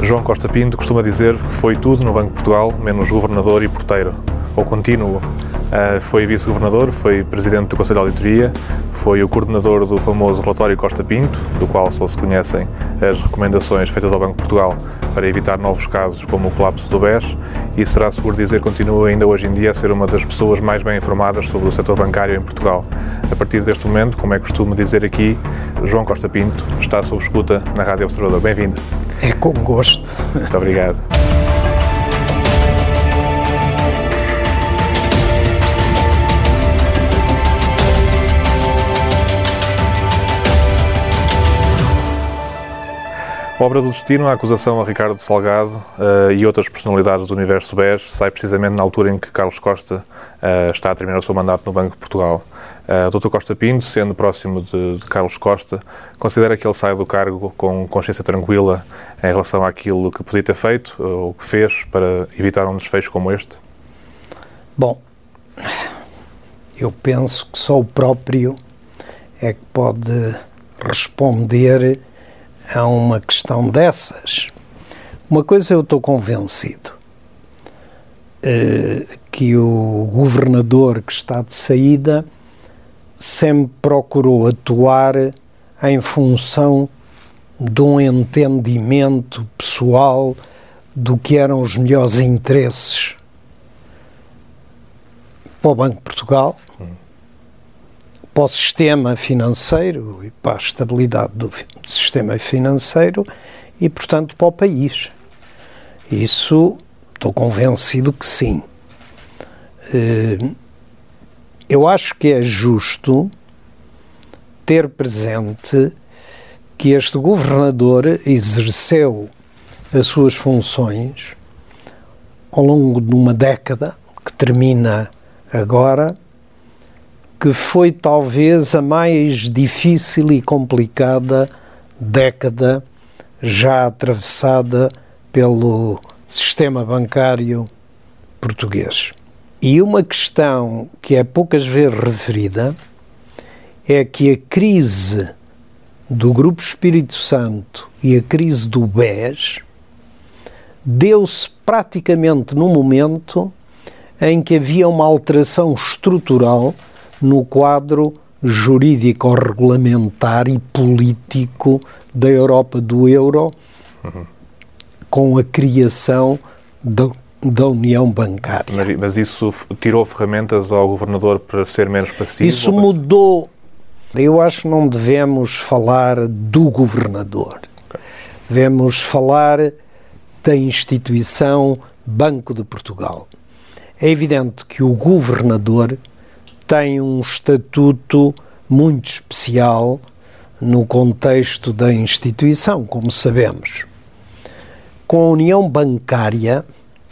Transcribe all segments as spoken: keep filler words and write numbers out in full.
João Costa Pinto costuma dizer que foi tudo no Banco de Portugal, menos governador e porteiro, ou contínuo. Uh, foi vice-governador, foi presidente do Conselho de Auditoria, foi o coordenador do famoso relatório Costa Pinto, do qual só se conhecem as recomendações feitas ao Banco de Portugal para evitar novos casos como o colapso do B E S, e será seguro dizer que continua ainda hoje em dia a ser uma das pessoas mais bem informadas sobre o setor bancário em Portugal. A partir deste momento, como é costume dizer aqui, João Costa Pinto está sob escuta na Rádio Observador. Bem-vindo. É com gosto. Muito obrigado. Obra do destino, a acusação a Ricardo Salgado uh, e outras personalidades do universo B E S sai precisamente na altura em que Carlos Costa uh, está a terminar o seu mandato no Banco de Portugal. Uh, doutor Costa Pinto, sendo próximo de, de Carlos Costa, considera que ele sai do cargo com consciência tranquila em relação àquilo que podia ter feito ou que fez para evitar um desfecho como este? Bom, eu penso que só o próprio é que pode responder a uma questão dessas. Uma coisa eu estou convencido, eh, que o governador que está de saída sempre procurou atuar em função de um entendimento pessoal do que eram os melhores interesses para o Banco de Portugal, para o sistema financeiro e para a estabilidade do sistema financeiro e, portanto, para o país. Isso estou convencido que sim. Eu acho que é justo ter presente que este governador exerceu as suas funções ao longo de uma década, que termina agora, que foi talvez a mais difícil e complicada década já atravessada pelo sistema bancário português. E uma questão que é poucas vezes referida é que a crise do Grupo Espírito Santo e a crise do B E S deu-se praticamente no momento em que havia uma alteração estrutural no quadro jurídico-regulamentar e político da Europa do euro, uhum. com a criação da, da União Bancária. Mas, mas isso tirou ferramentas ao governador para ser menos passivo? Isso mudou. Eu acho que não devemos falar do governador. Okay. Devemos falar da instituição Banco de Portugal. É evidente que o governador tem um estatuto muito especial no contexto da instituição, como sabemos. Com a União Bancária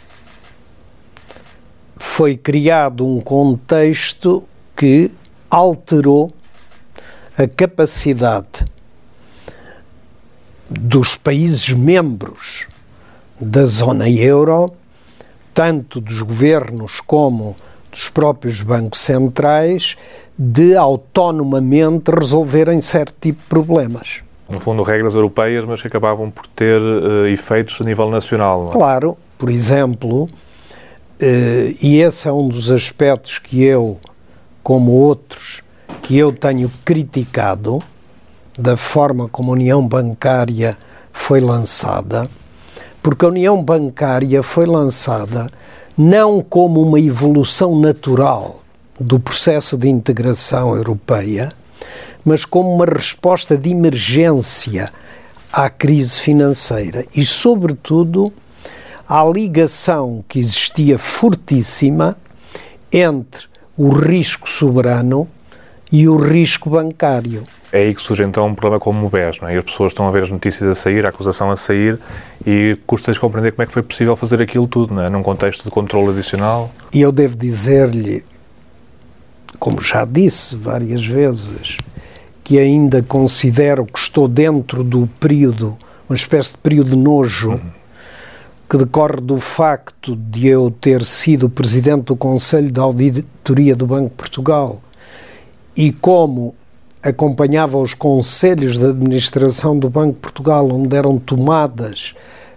foi criado um contexto que alterou a capacidade dos países membros da zona euro, tanto dos governos como dos próprios bancos centrais, de autonomamente resolverem certo tipo de problemas. No fundo, regras europeias, mas que acabavam por ter uh, efeitos a nível nacional. Não é? Claro, por exemplo, uh, e esse é um dos aspectos que eu, como outros, que eu tenho criticado da forma como a União Bancária foi lançada, porque a União Bancária foi lançada não como uma evolução natural do processo de integração europeia, mas como uma resposta de emergência à crise financeira e, sobretudo, à ligação que existia fortíssima entre o risco soberano e o risco bancário. É aí que surge então um problema como o B E S, não é? E as pessoas estão a ver as notícias a sair, a acusação a sair, e custa-lhes compreender como é que foi possível fazer aquilo tudo, não é? Num contexto de controle adicional. E eu devo dizer-lhe, como já disse várias vezes, que ainda considero que estou dentro do período, uma espécie de período de nojo, uhum. que decorre do facto de eu ter sido presidente do Conselho de Auditoria do Banco de Portugal e como acompanhava os conselhos de administração do Banco de Portugal, onde eram tomadas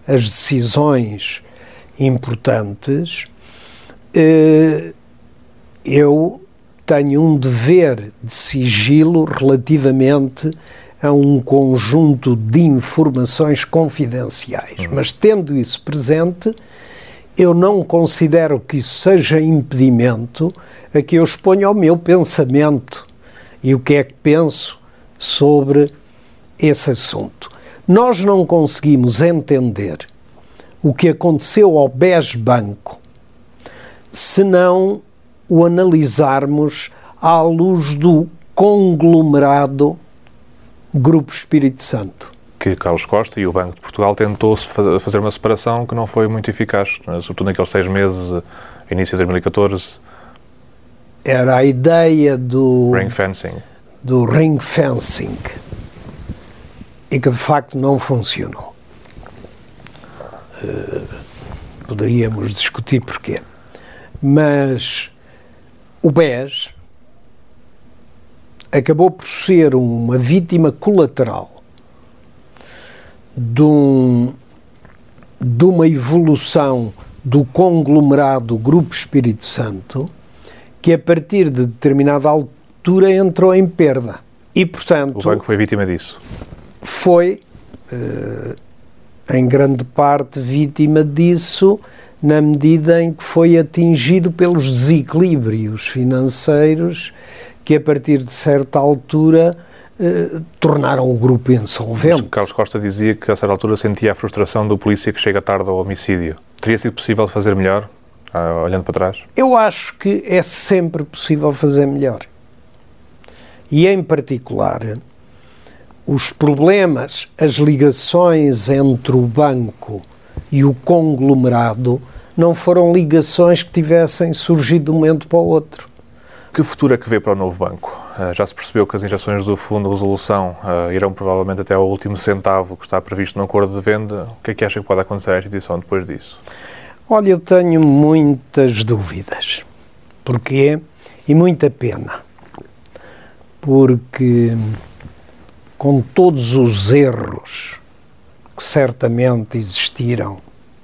as decisões importantes, eh, eu tenho um dever de sigilo relativamente a um conjunto de informações confidenciais. Uhum. Mas, tendo isso presente, eu não considero que isso seja impedimento a que eu exponha o meu pensamento e o que é que penso sobre esse assunto. Nós não conseguimos entender o que aconteceu ao B E S Banco se não o analisarmos à luz do conglomerado Grupo Espírito Santo. Que Carlos Costa e o Banco de Portugal tentou fazer uma separação que não foi muito eficaz, sobretudo naqueles seis meses, início de dois mil e catorze. Era a ideia do ring fencing. do ring fencing e que de facto não funcionou. Uh, poderíamos discutir porquê. Mas o B E S acabou por ser uma vítima colateral de, um, de uma evolução do conglomerado Grupo Espírito Santo, que a partir de determinada altura entrou em perda. E, portanto... O banco foi vítima disso? Foi, uh, em grande parte, vítima disso, na medida em que foi atingido pelos desequilíbrios financeiros que, a partir de certa altura, eh, tornaram o grupo insolvente. Mas Carlos Costa dizia que, a certa altura, sentia a frustração do polícia que chega tarde ao homicídio. Teria sido possível fazer melhor, ah, olhando para trás? Eu acho que é sempre possível fazer melhor. E, em particular, os problemas, as ligações entre o banco e o conglomerado não foram ligações que tivessem surgido de um momento para o outro. Que futuro é que vê para o novo banco? Uh, já se percebeu que as injeções do Fundo de Resolução uh, irão provavelmente até ao último centavo que está previsto no acordo de venda. O que é que acha que pode acontecer à instituição depois disso? Olha, eu tenho muitas dúvidas. Porquê? E muita pena. Porque, com todos os erros que certamente existiram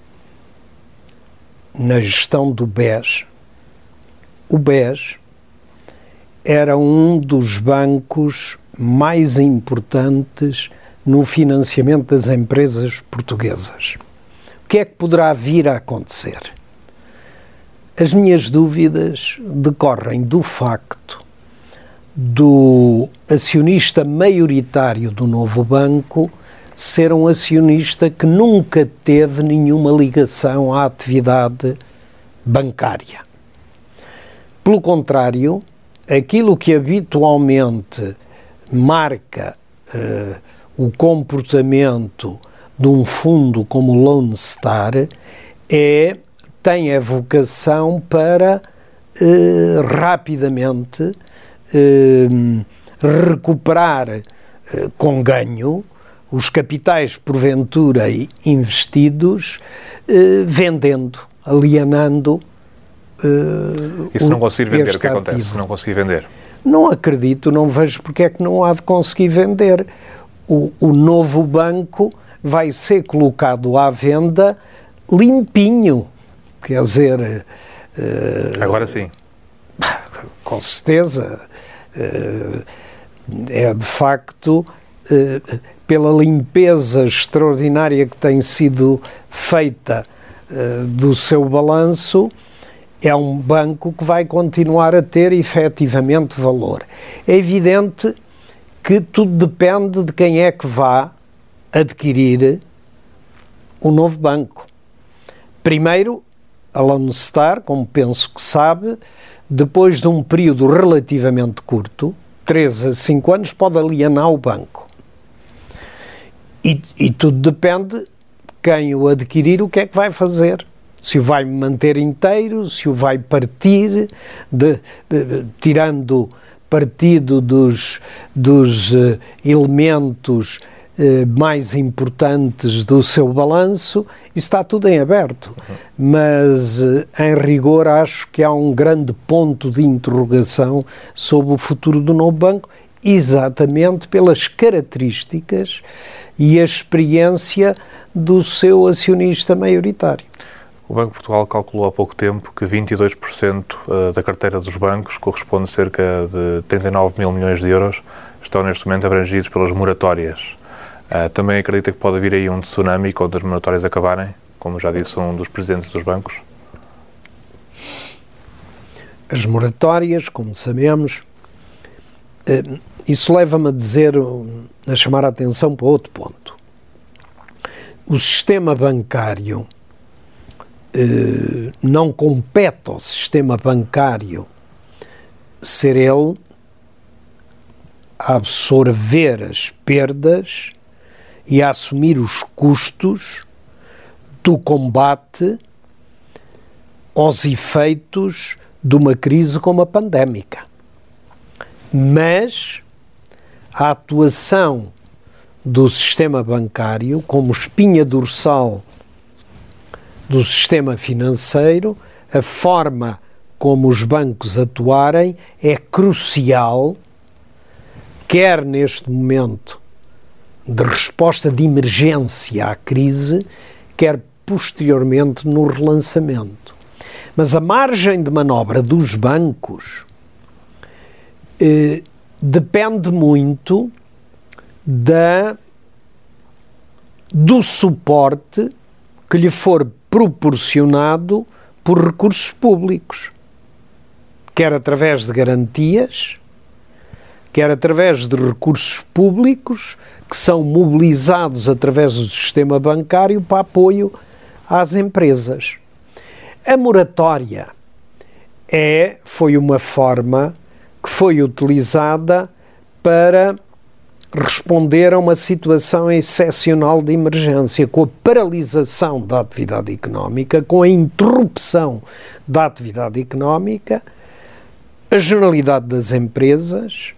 na gestão do B E S, o B E S era um dos bancos mais importantes no financiamento das empresas portuguesas. O que é que poderá vir a acontecer? As minhas dúvidas decorrem do facto do acionista maioritário do novo banco ser um acionista que nunca teve nenhuma ligação à atividade bancária. Pelo contrário, aquilo que habitualmente marca uh, o comportamento de um fundo como o Lone Star é, tem a vocação para uh, rapidamente uh, recuperar uh, com ganho os capitais porventura investidos, uh, vendendo, alienando. Uh, e se não conseguir vender, o que acontece? Se não conseguir vender? Não acredito, não vejo porque é que não há de conseguir vender. O, o novo banco vai ser colocado à venda limpinho. Quer dizer... Uh, Agora sim. Com certeza. Uh, é de facto... Uh, pela limpeza extraordinária que tem sido feita uh, do seu balanço, é um banco que vai continuar a ter efetivamente valor. É evidente que tudo depende de quem é que vá adquirir o novo banco. Primeiro, a Lone Star, como penso que sabe, depois de um período relativamente curto, três a cinco anos, pode alienar o banco. E, e tudo depende de quem o adquirir, o que é que vai fazer. Se o vai manter inteiro, se o vai partir, de, de, de, tirando partido dos, dos uh, elementos uh, mais importantes do seu balanço, isso está tudo em aberto. Uhum. Mas, uh, em rigor, acho que há um grande ponto de interrogação sobre o futuro do novo banco exatamente pelas características e a experiência do seu acionista maioritário. O Banco de Portugal calculou há pouco tempo que vinte e dois por cento da carteira dos bancos, corresponde a cerca de trinta e nove mil milhões de euros, estão neste momento abrangidos pelas moratórias. Também acredita que pode vir aí um tsunami quando as moratórias acabarem, como já disse um dos presidentes dos bancos? As moratórias, como sabemos, isso leva-me a dizer, a chamar a atenção para outro ponto. O sistema bancário não compete ao sistema bancário ser ele a absorver as perdas e a assumir os custos do combate aos efeitos de uma crise como a pandémica. Mas a atuação do sistema bancário como espinha dorsal do sistema financeiro, a forma como os bancos atuarem é crucial, quer neste momento de resposta de emergência à crise, quer posteriormente no relançamento. Mas a margem de manobra dos bancos eh, depende muito da, do suporte que lhe for proporcionado por recursos públicos, quer através de garantias, quer através de recursos públicos que são mobilizados através do sistema bancário para apoio às empresas. A moratória é, foi uma forma que foi utilizada para responder a uma situação excepcional de emergência, com a paralisação da atividade económica, com a interrupção da atividade económica, a generalidade das empresas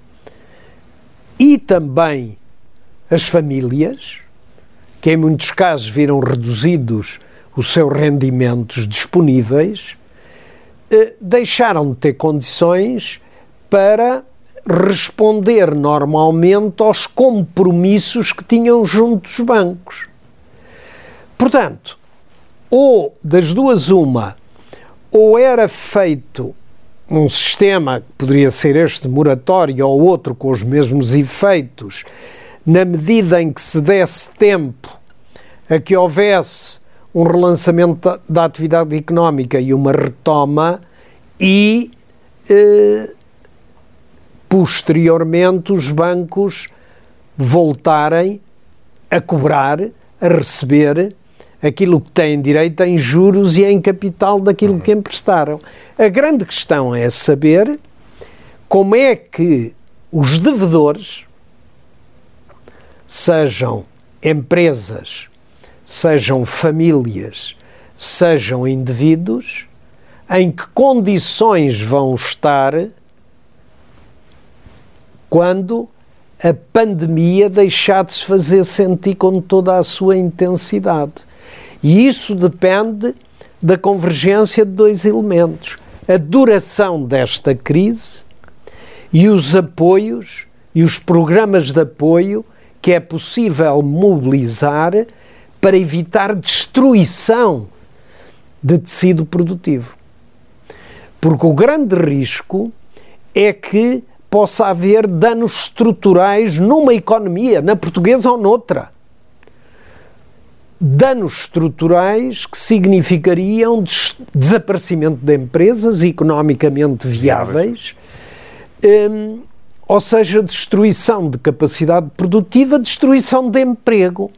e também as famílias, que em muitos casos viram reduzidos os seus rendimentos disponíveis, eh, deixaram de ter condições para responder normalmente aos compromissos que tinham junto dos bancos. Portanto, ou das duas uma, ou era feito um sistema que poderia ser este moratório ou outro com os mesmos efeitos, na medida em que se desse tempo a que houvesse um relançamento da atividade económica e uma retoma e eh, posteriormente os bancos voltarem a cobrar, a receber aquilo que têm direito em juros e em capital daquilo que emprestaram. A grande questão é saber como é que os devedores, sejam empresas, sejam famílias, sejam indivíduos, em que condições vão estar quando a pandemia deixar de se fazer sentir com toda a sua intensidade. E isso depende da convergência de dois elementos: a duração desta crise e os apoios e os programas de apoio que é possível mobilizar para evitar destruição de tecido produtivo. Porque o grande risco é que possa haver danos estruturais numa economia, na portuguesa ou noutra. Danos estruturais que significariam des- desaparecimento de empresas economicamente viáveis, hum, ou seja, destruição de capacidade produtiva, destruição de emprego.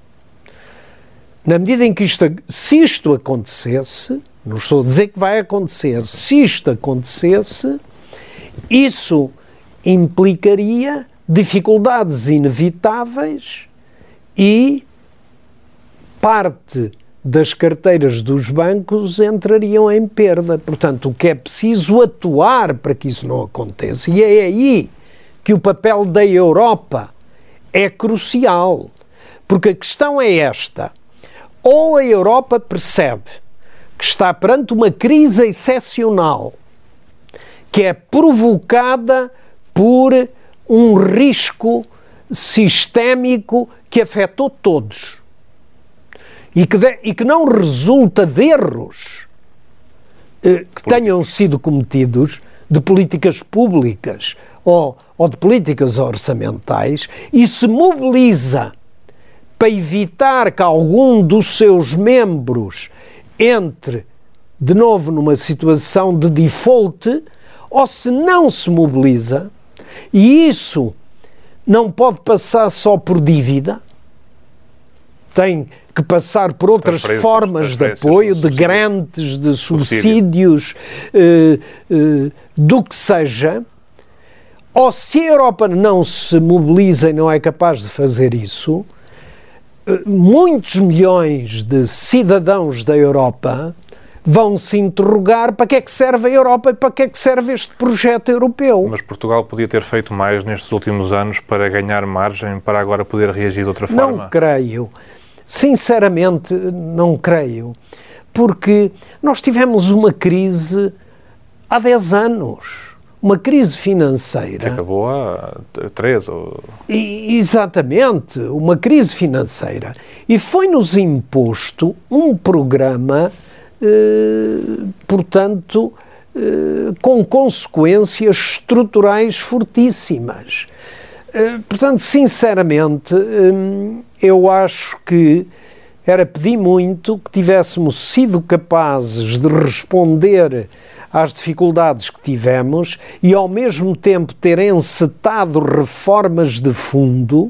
Na medida em que isto, se isto acontecesse, não estou a dizer que vai acontecer, se isto acontecesse, isso implicaria dificuldades inevitáveis e parte das carteiras dos bancos entrariam em perda. Portanto, o que é preciso atuar para que isso não aconteça. E é aí que o papel da Europa é crucial. Porque a questão é esta: ou a Europa percebe que está perante uma crise excepcional que é provocada por um risco sistémico que afetou todos e que, de, e que não resulta de erros eh, que tenham sido cometidos de políticas públicas ou, ou de políticas orçamentais e se mobiliza para evitar que algum dos seus membros entre de novo numa situação de default, ou se não se mobiliza, e isso não pode passar só por dívida, tem que passar por outras formas de apoio, de grantes, de subsídios, eh, eh, do que seja. Ou se a Europa não se mobiliza e não é capaz de fazer isso, eh, muitos milhões de cidadãos da Europa vão se interrogar para que é que serve a Europa e para que é que serve este projeto europeu. Mas Portugal podia ter feito mais nestes últimos anos para ganhar margem, para agora poder reagir de outra forma? Não creio. Sinceramente, não creio. Porque nós tivemos uma crise há dez anos. Uma crise financeira. Que acabou há três ou... E, exatamente. Uma crise financeira. E foi-nos imposto um programa... Uh, portanto, uh, com consequências estruturais fortíssimas. Uh, portanto, sinceramente, um, eu acho que era pedir muito que tivéssemos sido capazes de responder às dificuldades que tivemos e, ao mesmo tempo, ter encetado reformas de fundo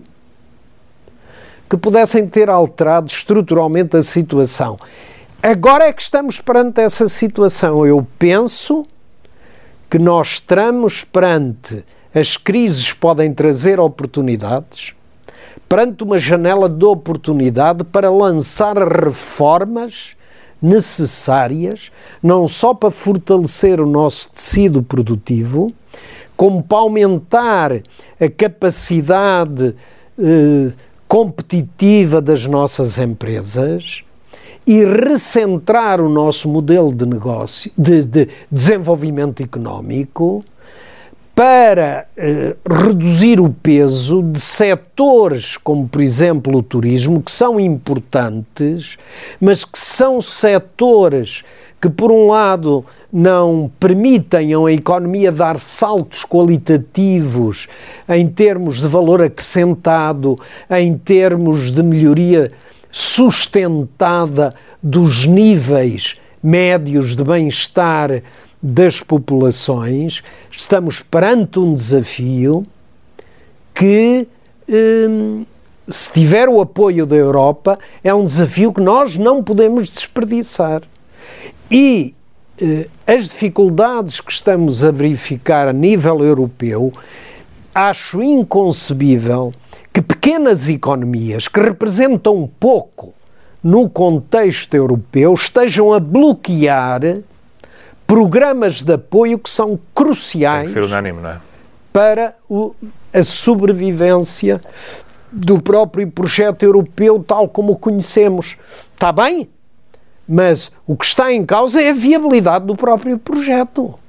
que pudessem ter alterado estruturalmente a situação. Agora é que estamos perante essa situação. Eu penso que nós estamos perante as crises podem trazer oportunidades, perante uma janela de oportunidade para lançar reformas necessárias, não só para fortalecer o nosso tecido produtivo, como para aumentar a capacidade eh, competitiva das nossas empresas e recentrar o nosso modelo de negócio, de, de desenvolvimento económico, para eh, reduzir o peso de setores como, por exemplo, o turismo, que são importantes, mas que são setores que, por um lado, não permitem a economia dar saltos qualitativos em termos de valor acrescentado, em termos de melhoria sustentada dos níveis médios de bem-estar das populações. Estamos perante um desafio que, hum, se tiver o apoio da Europa, é um desafio que nós não podemos desperdiçar. E eh, as dificuldades que estamos a verificar a nível europeu, acho inconcebível que pequenas economias que representam pouco no contexto europeu estejam a bloquear programas de apoio que são cruciais. Tem que ser unânime, não é? Para o, a sobrevivência do próprio projeto europeu tal como o conhecemos. Está bem? Mas o que está em causa é a viabilidade do próprio projeto.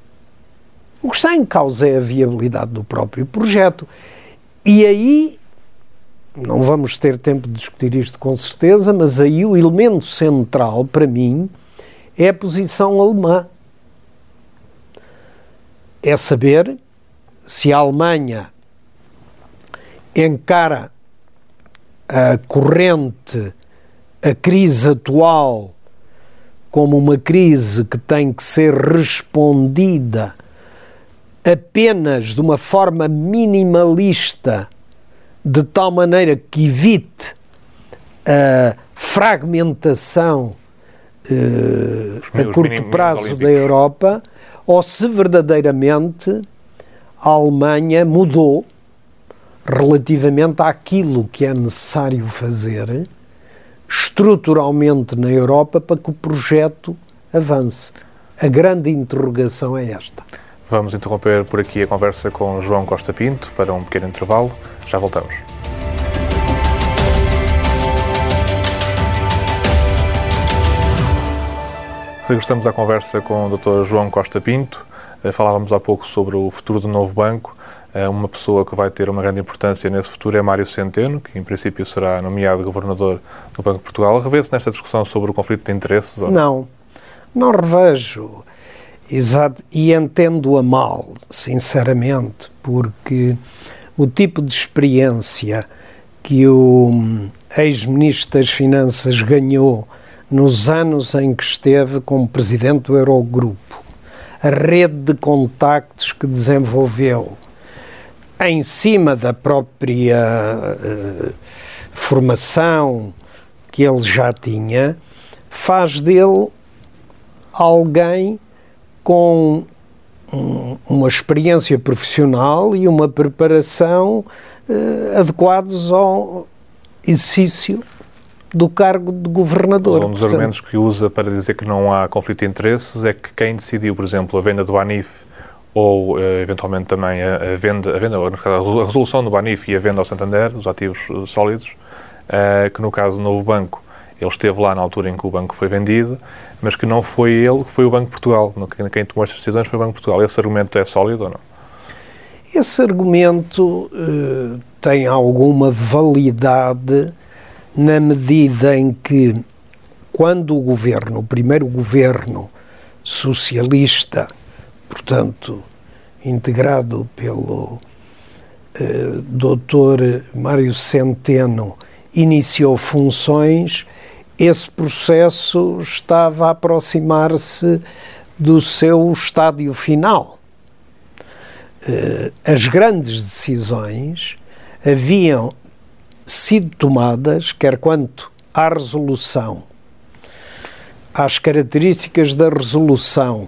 O que está em causa é a viabilidade do próprio projeto. E aí, não vamos ter tempo de discutir isto com certeza, mas aí o elemento central, para mim, é a posição alemã. É saber se a Alemanha encara a corrente, a crise atual, como uma crise que tem que ser respondida apenas de uma forma minimalista, de tal maneira que evite a fragmentação uh, a curto prazo da Europa, ou se verdadeiramente a Alemanha mudou relativamente àquilo que é necessário fazer estruturalmente na Europa para que o projeto avance. A grande interrogação é esta. Vamos interromper por aqui a conversa com João Costa Pinto para um pequeno intervalo. Já voltamos. Regressamos à conversa com o doutor João Costa Pinto. Falávamos há pouco sobre o futuro do novo banco. Uma pessoa que vai ter uma grande importância nesse futuro é Mário Centeno, que em princípio será nomeado governador do Banco de Portugal. Revê-se nesta discussão sobre o conflito de interesses? Ou não? Não, não revejo. Exato. E entendo-a mal, sinceramente, porque o tipo de experiência que o ex-ministro das Finanças ganhou nos anos em que esteve como presidente do Eurogrupo, a rede de contactos que desenvolveu em cima da própria uh, formação que ele já tinha, faz dele alguém com um, uma experiência profissional e uma preparação uh, adequados ao exercício do cargo de governador. Um dos Portanto, argumentos que usa para dizer que não há conflito de interesses é que quem decidiu, por exemplo, a venda do Banif ou, eventualmente, também a, a venda, a venda, a resolução do Banif e a venda ao Santander, dos ativos sólidos, uh, que no caso do novo banco, ele esteve lá na altura em que o banco foi vendido, mas que não foi ele, que foi o Banco de Portugal. Quem tomou estas decisões foi o Banco de Portugal. Esse argumento é sólido ou não? Esse argumento uh, tem alguma validade na medida em que, quando o governo, o primeiro governo socialista, portanto, integrado pelo uh, doutor Mário Centeno, iniciou funções, esse processo estava a aproximar-se do seu estádio final. Uh, as grandes decisões haviam sido tomadas, quer quanto à resolução, às características da resolução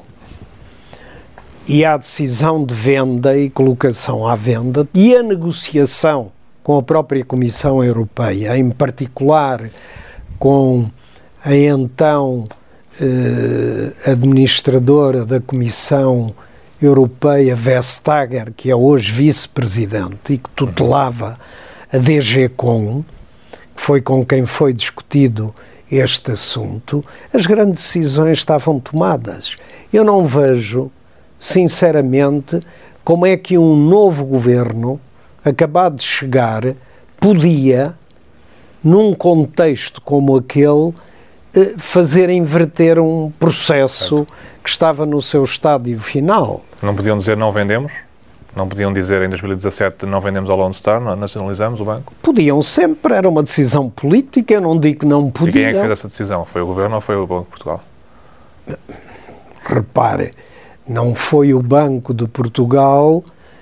e à decisão de venda e colocação à venda e a negociação com a própria Comissão Europeia, em particular com a então eh, administradora da Comissão Europeia, Vestager, que é hoje vice-presidente e que tutelava a D G Com, que foi com quem foi discutido este assunto, as grandes decisões estavam tomadas. Eu não vejo, sinceramente, como é que um novo governo, acabado de chegar, podia, num contexto como aquele, fazer inverter um processo que estava no seu estádio final. Não podiam dizer não vendemos? Não podiam dizer em dois mil e dezassete não vendemos ao Lone Star, não nacionalizamos o banco? Podiam sempre, era uma decisão política, eu não digo que não podiam. E quem é que fez essa decisão? Foi o Governo ou foi o Banco de Portugal? Repare, não foi o Banco de Portugal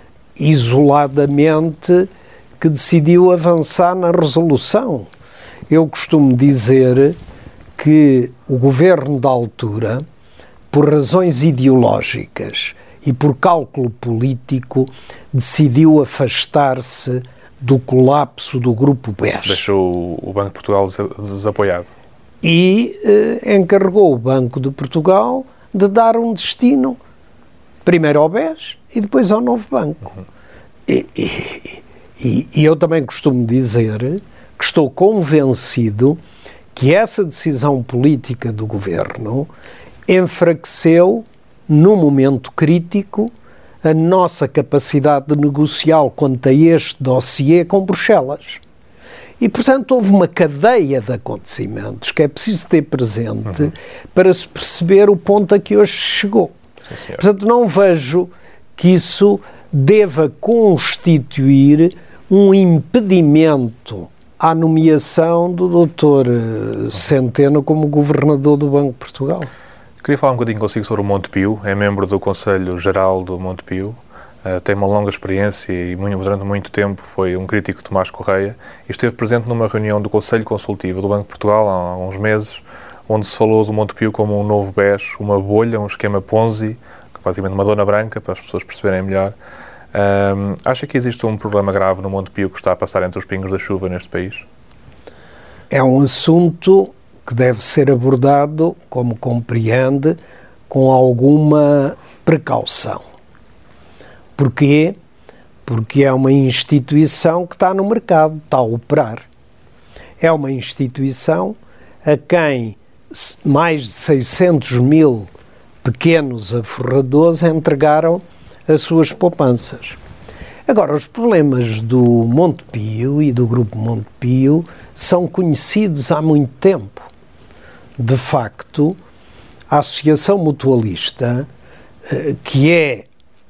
isoladamente que decidiu avançar na resolução. Eu costumo dizer que o Governo da altura, por razões ideológicas e por cálculo político, decidiu afastar-se do colapso do Grupo B E S. Deixou o Banco de Portugal desapoiado. E eh, encarregou o Banco de Portugal de dar um destino, primeiro ao B E S e depois ao novo banco. Uhum. E, e, e eu também costumo dizer que estou convencido que essa decisão política do Governo enfraqueceu, num momento crítico, a nossa capacidade de negociar quanto a este dossiê com Bruxelas. E, portanto, houve uma cadeia de acontecimentos que é preciso ter presente uhum. para se perceber o ponto a que hoje chegou. Sim, portanto, não vejo que isso deva constituir um impedimento à nomeação do doutor Centeno como governador do Banco de Portugal. Queria falar um bocadinho consigo sobre o Montepio. É membro do Conselho Geral do Montepio. Uh, tem uma longa experiência e muito, durante muito tempo foi um crítico de Tomás Correia e esteve presente numa reunião do Conselho Consultivo do Banco de Portugal há uns meses, onde se falou do Montepio como um novo B E S, uma bolha, um esquema Ponzi, basicamente uma dona branca, para as pessoas perceberem melhor. Um, acha que existe um problema grave no Montepio que está a passar entre os pingos da chuva neste país? É um assunto que deve ser abordado, como compreende, com alguma precaução. Porquê? Porque é uma instituição que está no mercado, está a operar. É uma instituição a quem mais de seiscentos mil pequenos aforradores entregaram as suas poupanças. Agora, os problemas do Montepio e do Grupo Montepio são conhecidos há muito tempo. De facto, a Associação Mutualista, que é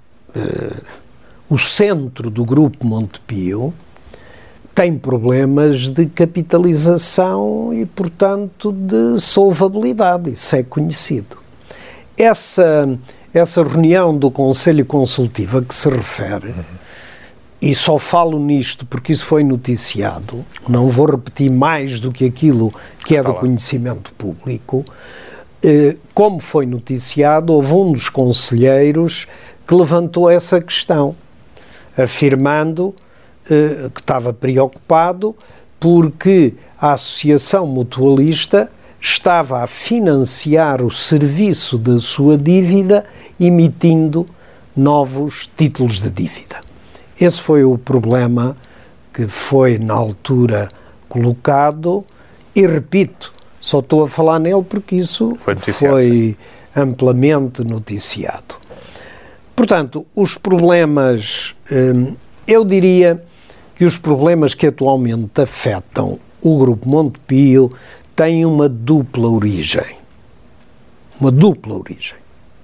o centro do Grupo Montepio, tem problemas de capitalização e, portanto, de solvabilidade. Isso é conhecido. Essa, essa reunião do Conselho Consultivo a que se refere, uhum. e só falo nisto porque isso foi noticiado, não vou repetir mais do que aquilo que é do conhecimento público, eh, como foi noticiado, houve um dos conselheiros que levantou essa questão, afirmando eh, que estava preocupado porque a Associação Mutualista estava a financiar o serviço da sua dívida emitindo novos títulos de dívida. Esse foi o problema que foi, na altura, colocado e, repito, só estou a falar nele porque isso foi, foi amplamente noticiado. Portanto, os problemas, hum, eu diria que os problemas que atualmente afetam o Grupo Montepio têm uma dupla origem. Uma dupla origem.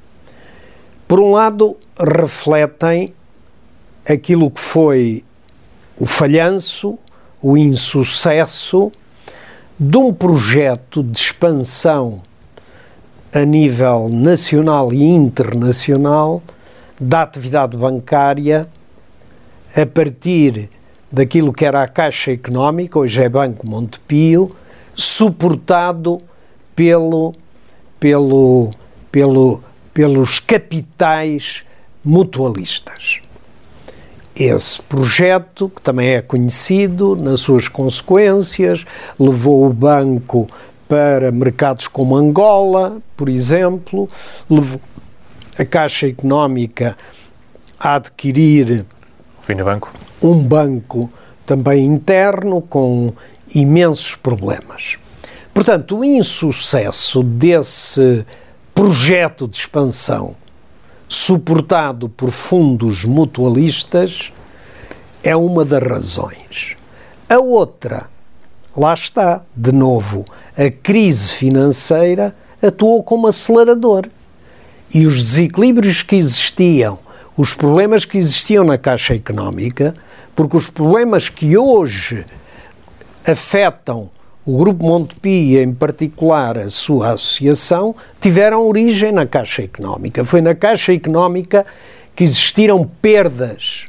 Por um lado, refletem aquilo que foi o falhanço, o insucesso de um projeto de expansão a nível nacional e internacional da atividade bancária a partir daquilo que era a Caixa Económica, hoje é Banco Montepio, suportado pelo, pelo, pelo, pelos capitais mutualistas. Esse projeto, que também é conhecido nas suas consequências, levou o banco para mercados como Angola, por exemplo, levou a Caixa Económica a adquirir Finibanco. um banco também interno com imensos problemas. Portanto, o insucesso desse projeto de expansão suportado por fundos mutualistas é uma das razões. A outra, lá está, de novo, a crise financeira atuou como acelerador e os desequilíbrios que existiam, os problemas que existiam na Caixa Económica, porque os problemas que hoje afetam o Grupo Montepio, em particular a sua associação, tiveram origem na Caixa Económica. Foi na Caixa Económica que existiram perdas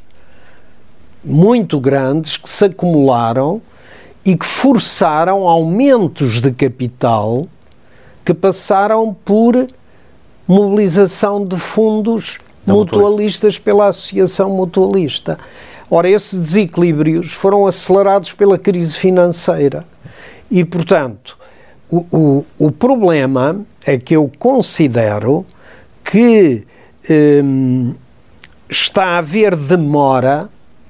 muito grandes que se acumularam e que forçaram aumentos de capital que passaram por mobilização de fundos Não mutualistas mutualista. pela Associação Mutualista. Ora, esses desequilíbrios foram acelerados pela crise financeira. E, portanto, o, o, o problema é que eu considero que hum, está a haver demora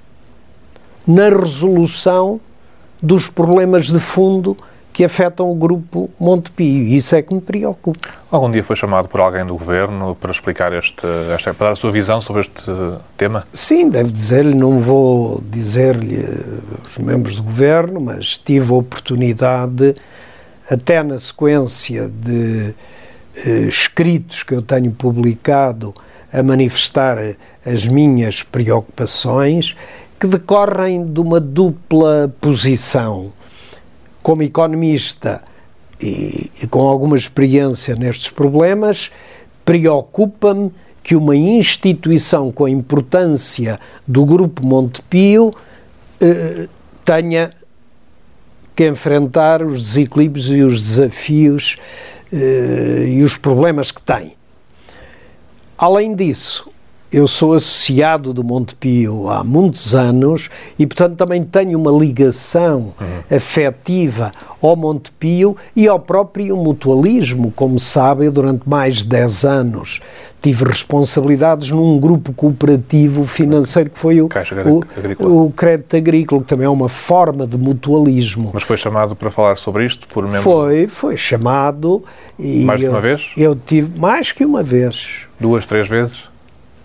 na resolução dos problemas de fundo que afetam o Grupo Montepio. Isso é que me preocupa. Algum dia foi chamado por alguém do Governo para explicar este, esta, para dar a sua visão sobre este tema? Sim, devo dizer-lhe, não vou dizer-lhe os membros do Governo, mas tive a oportunidade, até na sequência de eh, escritos que eu tenho publicado, a manifestar as minhas preocupações, que decorrem de uma dupla posição. Como economista e, e com alguma experiência nestes problemas, preocupa-me que uma instituição com a importância do Grupo Montepio eh, tenha que enfrentar os desequilíbrios e os desafios eh, e os problemas que tem. Além disso, eu sou associado do Montepio há muitos anos e, portanto, também tenho uma ligação uhum. afetiva ao Montepio e ao próprio mutualismo. Como sabem, eu durante mais de dez anos tive responsabilidades num grupo cooperativo financeiro que foi o, o, o Crédito Agrícola, que também é uma forma de mutualismo. Mas foi chamado para falar sobre isto por membro? Foi, foi chamado. E mais de eu, uma vez? Eu tive mais que uma vez. Duas, três vezes?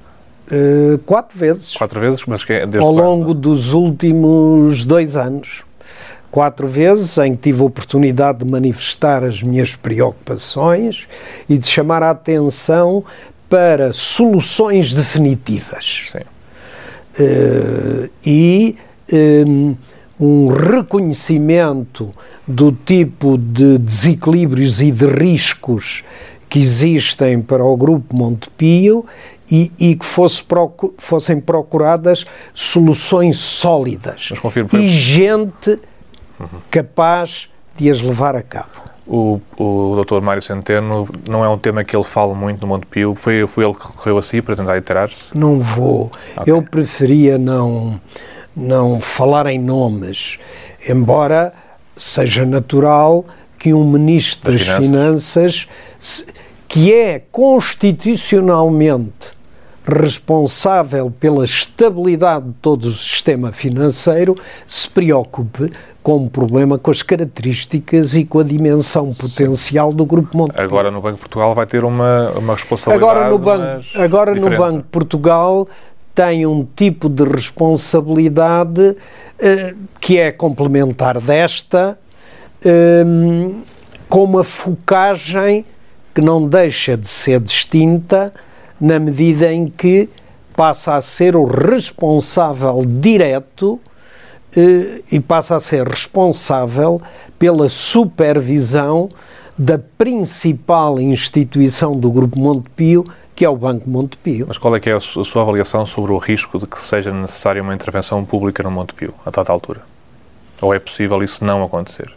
Uh, quatro vezes. Quatro vezes? Mas que é desde ao quando? longo dos últimos dois anos. Quatro vezes em que tive a oportunidade de manifestar as minhas preocupações e de chamar a atenção para soluções definitivas. Sim. Uh, e um, um reconhecimento do tipo de desequilíbrios e de riscos que existem para o Grupo Montepio e, e que fosse procu- fossem procuradas soluções sólidas e gente uhum. capaz de as levar a cabo. O, o doutor Mário Centeno não é um tema que ele fala muito no Montepio. Foi, foi ele que recorreu a si para tentar iterar-se? Não vou. Okay. Eu preferia não, não falar em nomes, embora seja natural que um Ministro das, das Finanças, Finanças que é constitucionalmente responsável pela estabilidade de todo o sistema financeiro, se preocupe com um problema com as características e com a dimensão potencial do Grupo Montepio. Agora no Banco de Portugal vai ter uma, uma responsabilidade. Agora no Banco, agora no Banco de Portugal tem um tipo de responsabilidade eh, que é complementar desta, eh, com uma focagem que não deixa de ser distinta na medida em que passa a ser o responsável direto eh, e passa a ser responsável pela supervisão da principal instituição do Grupo Montepio, que é o Banco Montepio. Mas qual é que é a sua avaliação sobre o risco de que seja necessária uma intervenção pública no Montepio, a dada altura? Ou é possível isso não acontecer?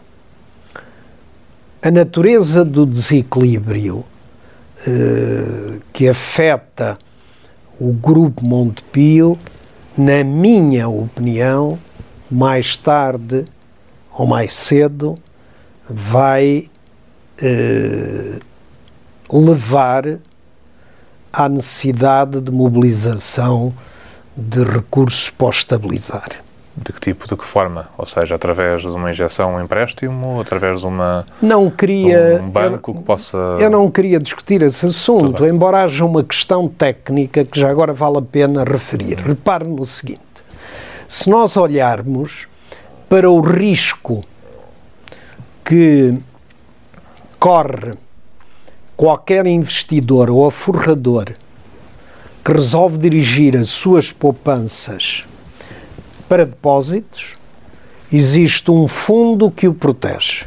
A natureza do desequilíbrio eh, que afeta o Grupo Montepio, na minha opinião, mais tarde ou mais cedo, vai eh, levar à necessidade de mobilização de recursos para o estabilizar. De que tipo, de que forma? Ou seja, através de uma injeção, um empréstimo, através de uma não queria, de um banco eu, que possa... Eu não queria discutir esse assunto, embora haja uma questão técnica que já agora vale a pena referir. Uhum. Repare no seguinte, se nós olharmos para o risco que corre qualquer investidor ou aforrador que resolve dirigir as suas poupanças para depósitos, existe um fundo que o protege.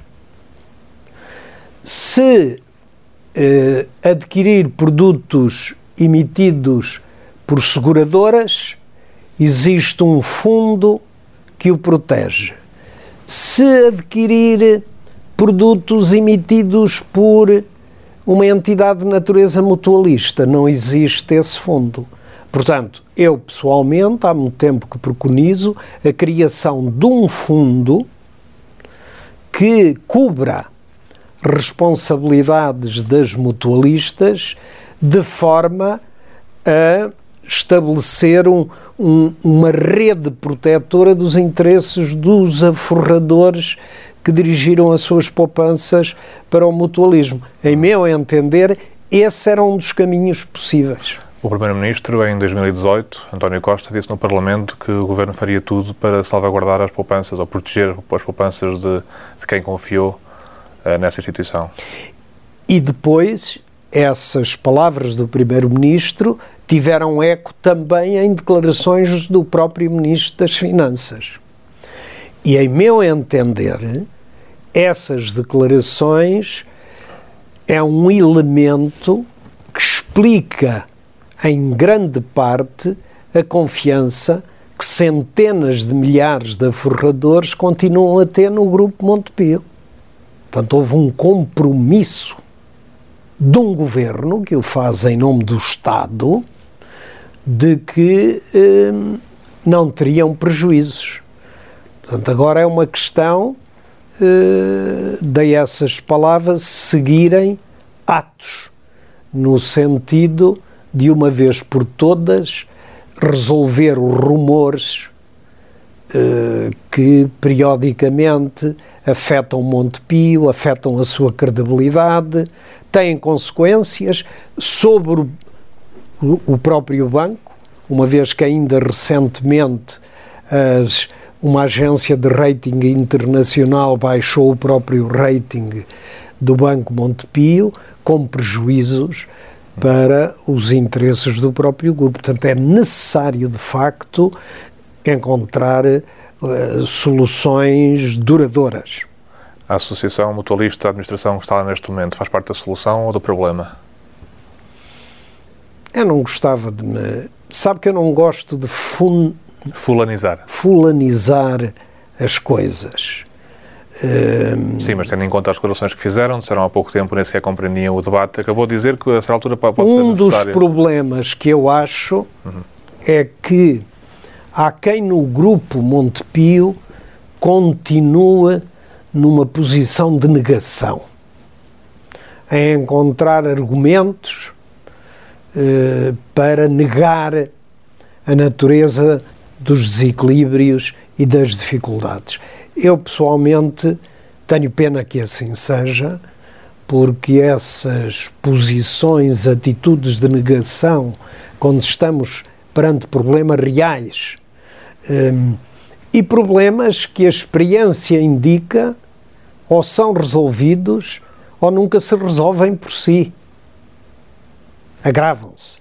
Se eh, adquirir produtos emitidos por seguradoras, existe um fundo que o protege. Se adquirir produtos emitidos por uma entidade de natureza mutualista, não existe esse fundo. Portanto, eu pessoalmente, há muito tempo que preconizo a criação de um fundo que cubra responsabilidades das mutualistas de forma a estabelecer um, um, uma rede protetora dos interesses dos aforradores que dirigiram as suas poupanças para o mutualismo. Em meu entender, esse era um dos caminhos possíveis. O Primeiro-Ministro, em dois mil e dezoito, António Costa, disse no Parlamento que o Governo faria tudo para salvaguardar as poupanças ou proteger as poupanças de, de quem confiou uh, nessa instituição. E depois, essas palavras do Primeiro-Ministro tiveram eco também em declarações do próprio Ministro das Finanças. E, em meu entender, essas declarações é um elemento que explica em grande parte a confiança que centenas de milhares de aforradores continuam a ter no Grupo Montepio. Portanto, houve um compromisso de um governo, que o faz em nome do Estado, de que eh, não teriam prejuízos. Portanto, agora é uma questão eh, de essas palavras seguirem atos, no sentido de uma vez por todas resolver os rumores eh, que periodicamente afetam o Montepio, afetam a sua credibilidade, têm consequências sobre o, o próprio banco, uma vez que ainda recentemente as, uma agência de rating internacional baixou o próprio rating do Banco Montepio, com prejuízos para os interesses do próprio grupo. Portanto, é necessário, de facto, encontrar uh, soluções duradouras. A Associação Mutualista da Administração que está lá neste momento faz parte da solução ou do problema? Eu não gostava de me... Sabe que eu não gosto de fun... Fulanizar. fulanizar as coisas. Um... Sim, mas tendo em conta as declarações que fizeram, disseram há pouco tempo, nem sequer compreendiam o debate, acabou de dizer que a essa altura pode um ser necessário. Um dos problemas que eu acho uhum. é que há quem no grupo Montepio continue numa posição de negação, em encontrar argumentos eh, para negar a natureza dos desequilíbrios e das dificuldades. Eu, pessoalmente, tenho pena que assim seja, porque essas posições, atitudes de negação, quando estamos perante problemas reais um, e problemas que a experiência indica ou são resolvidos ou nunca se resolvem por si. Agravam-se.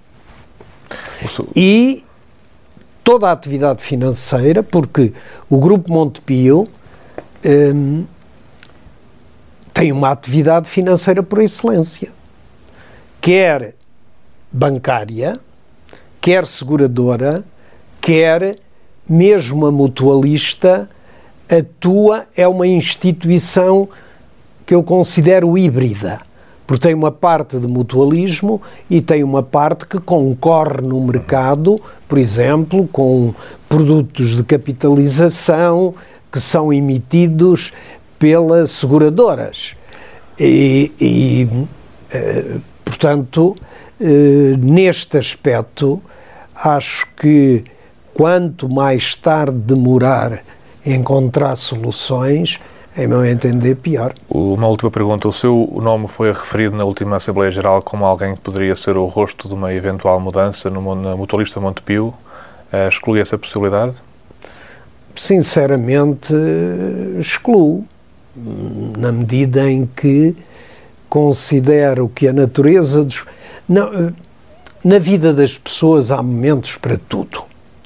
E toda a atividade financeira, porque o Grupo Montepio um, tem uma atividade financeira por excelência, quer bancária, quer seguradora, quer mesmo a mutualista, atua, é uma instituição que eu considero híbrida, porque tem uma parte de mutualismo e tem uma parte que concorre no mercado, por exemplo, com produtos de capitalização que são emitidos pelas seguradoras. E, e eh, portanto, eh, neste aspecto, acho que quanto mais tarde demorar a encontrar soluções, em meu entender, pior. Uma última pergunta. O seu nome foi referido na última Assembleia Geral como alguém que poderia ser o rosto de uma eventual mudança no, na Mutualista Montepio. Uh, exclui essa possibilidade? Sinceramente, excluo, na medida em que considero que a natureza dos... Na, na vida das pessoas há momentos para tudo.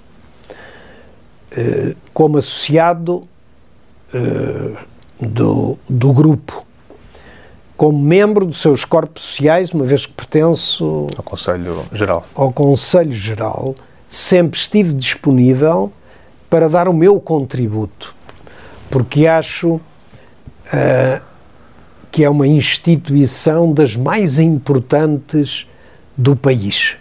Uh, como associado uh, do, do grupo, como membro dos seus corpos sociais, uma vez que pertenço ao Conselho Geral, ao Conselho Geral, sempre estive disponível para dar o meu contributo, porque acho uh, que é uma instituição das mais importantes do país.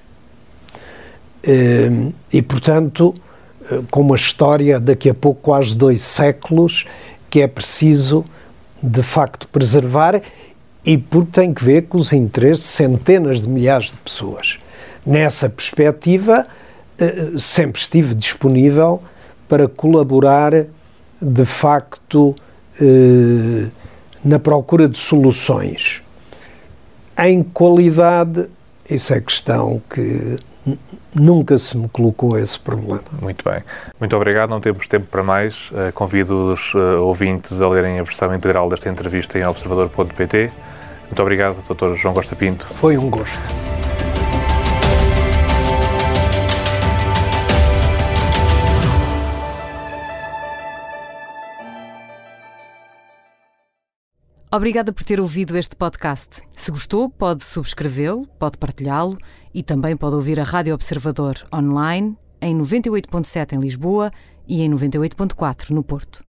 Uh, e, portanto, uh, com uma história daqui a pouco quase dois séculos, que é preciso, de facto, preservar, e porque tem que ver com os interesses de centenas de milhares de pessoas. Nessa perspectiva, uh, sempre estive disponível para colaborar, de facto, uh, na procura de soluções. Em qualidade, isso é questão que nunca se me colocou esse problema. Muito bem. Muito obrigado. Não temos tempo para mais. Uh, convido os uh, ouvintes a lerem a versão integral desta entrevista em observador ponto pt. Muito obrigado, doutor João Costa Pinto. Foi um gosto. Obrigada por ter ouvido este podcast. Se gostou, pode subscrevê-lo, pode partilhá-lo e também pode ouvir a Rádio Observador online em noventa e oito ponto sete em Lisboa e em noventa e oito ponto quatro no Porto.